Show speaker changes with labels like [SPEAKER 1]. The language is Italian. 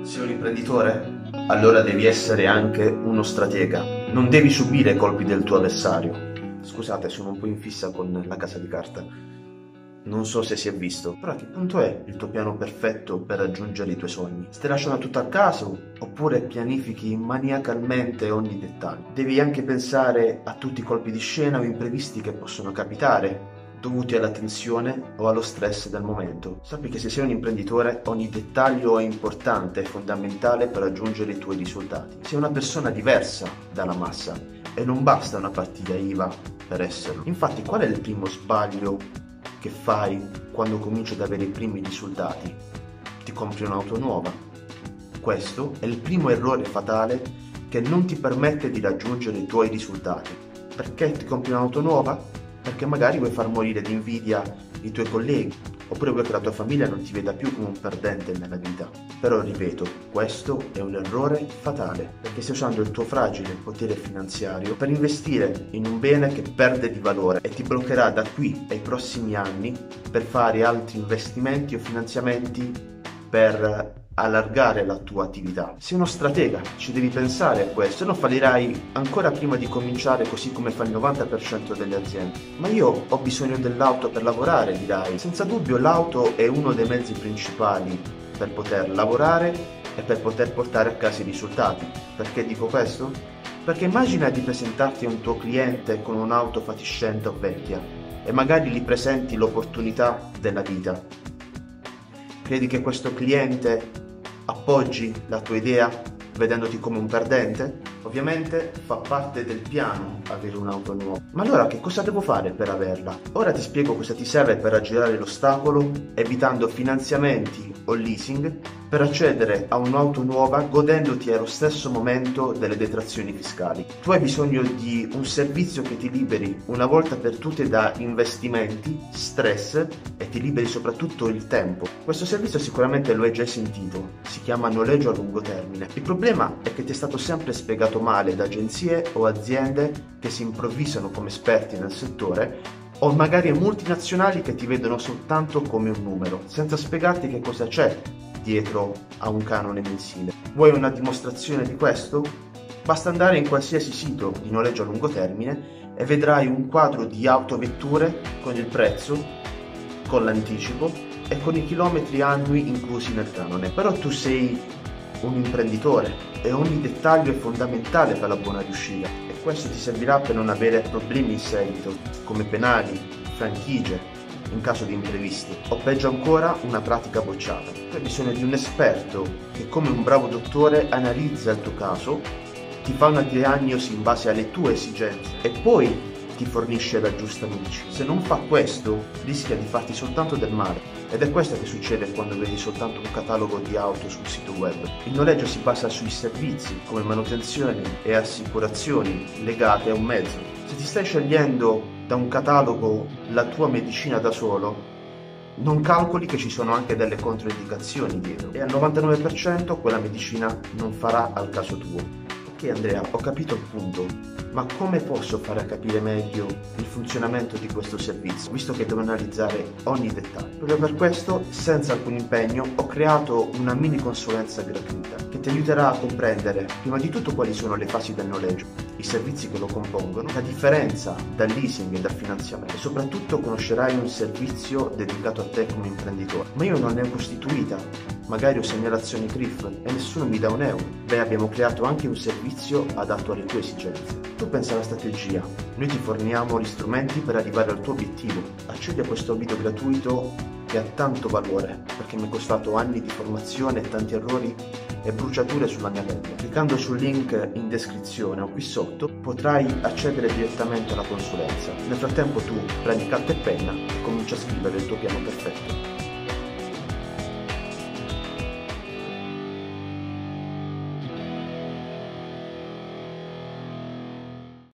[SPEAKER 1] Sei un imprenditore? Allora devi essere anche uno stratega. Non devi subire i colpi del tuo avversario. Scusate, sono un po' in fissa con la casa di carta. Non so se si è visto, però a che punto è il tuo piano perfetto per raggiungere i tuoi sogni? Stai lasciando tutto a caso oppure pianifichi maniacalmente ogni dettaglio? Devi anche pensare a tutti i colpi di scena o imprevisti che possono capitare, dovuti alla tensione o allo stress del momento. Sappi che se sei un imprenditore, ogni dettaglio è importante e fondamentale per raggiungere i tuoi risultati. Sei una persona diversa dalla massa e non basta una partita IVA per esserlo. Infatti, qual è il primo sbaglio che fai quando cominci ad avere i primi risultati? Ti compri un'auto nuova. Questo è il primo errore fatale che non ti permette di raggiungere i tuoi risultati. Perché ti compri un'auto nuova? Perché magari vuoi far morire di invidia i tuoi colleghi, oppure vuoi che la tua famiglia non ti veda più come un perdente nella vita. Però ripeto, questo è un errore fatale, perché stai usando il tuo fragile potere finanziario per investire in un bene che perde di valore e ti bloccherà da qui ai prossimi anni per fare altri investimenti o finanziamenti per allargare la tua attività. Sei uno stratega, ci devi pensare a questo, se no fallirai ancora prima di cominciare, così come fa il 90% delle aziende. Ma io ho bisogno dell'auto per lavorare, dirai. Senza dubbio l'auto è uno dei mezzi principali per poter lavorare e per poter portare a casa i risultati. Perché dico questo? Perché immagina di presentarti a un tuo cliente con un'auto fatiscente o vecchia e magari gli presenti l'opportunità della vita. Credi che questo cliente appoggi la tua idea vedendoti come un perdente? Ovviamente fa parte del piano avere un'auto nuova. Ma allora che cosa devo fare per averla? Ora ti spiego cosa ti serve per aggirare l'ostacolo, evitando finanziamenti o leasing, per accedere a un'auto nuova godendoti allo stesso momento delle detrazioni fiscali. Tu hai bisogno di un servizio che ti liberi una volta per tutte da investimenti, stress e ti liberi soprattutto il tempo. Questo servizio sicuramente lo hai già sentito, si chiama noleggio a lungo termine. Il problema è che ti è stato sempre spiegato male da agenzie o aziende che si improvvisano come esperti nel settore, o magari multinazionali che ti vedono soltanto come un numero, senza spiegarti che cosa c'è dietro a un canone mensile. Vuoi una dimostrazione di questo? Basta andare in qualsiasi sito di noleggio a lungo termine e vedrai un quadro di autovetture con il prezzo, con l'anticipo e con i chilometri annui inclusi nel canone. Però tu sei un imprenditore e ogni dettaglio è fondamentale per la buona riuscita, e questo ti servirà per non avere problemi in seguito, come penali, franchigie, in caso di imprevisti, o peggio ancora una pratica bocciata. Tu hai bisogno di un esperto che, come un bravo dottore, analizza il tuo caso, ti fa una diagnosi in base alle tue esigenze e poi ti fornisce la giusta medicina. Se non fa questo, rischia di farti soltanto del male, ed è questo che succede quando vedi soltanto un catalogo di auto sul sito web. Il noleggio si basa sui servizi come manutenzioni e assicurazioni legate a un mezzo. Se ti stai scegliendo da un catalogo la tua medicina da solo, non calcoli che ci sono anche delle controindicazioni dietro, e al 99% quella medicina non farà al caso tuo. Ok Andrea, ho capito il punto, ma come posso fare a capire meglio il funzionamento di questo servizio, visto che devo analizzare ogni dettaglio? Proprio per questo, senza alcun impegno, ho creato una mini consulenza gratuita che ti aiuterà a comprendere prima di tutto quali sono le fasi del noleggio, i servizi che lo compongono, la differenza dal leasing e dal finanziamento, e soprattutto conoscerai un servizio dedicato a te come imprenditore. Ma io non ne ho costituita, magari ho segnalazioni CRIF e nessuno mi dà un euro. Beh, abbiamo creato anche un servizio adatto alle tue esigenze. Tu pensa alla strategia, noi ti forniamo gli strumenti per arrivare al tuo obiettivo. Accedi a questo video gratuito che ha tanto valore, perché mi è costato anni di formazione e tanti errori e bruciature sulla mia pelle. Cliccando sul link in descrizione o qui sotto potrai accedere direttamente alla consulenza. Nel frattempo tu prendi carta e penna e comincia a scrivere il tuo piano perfetto.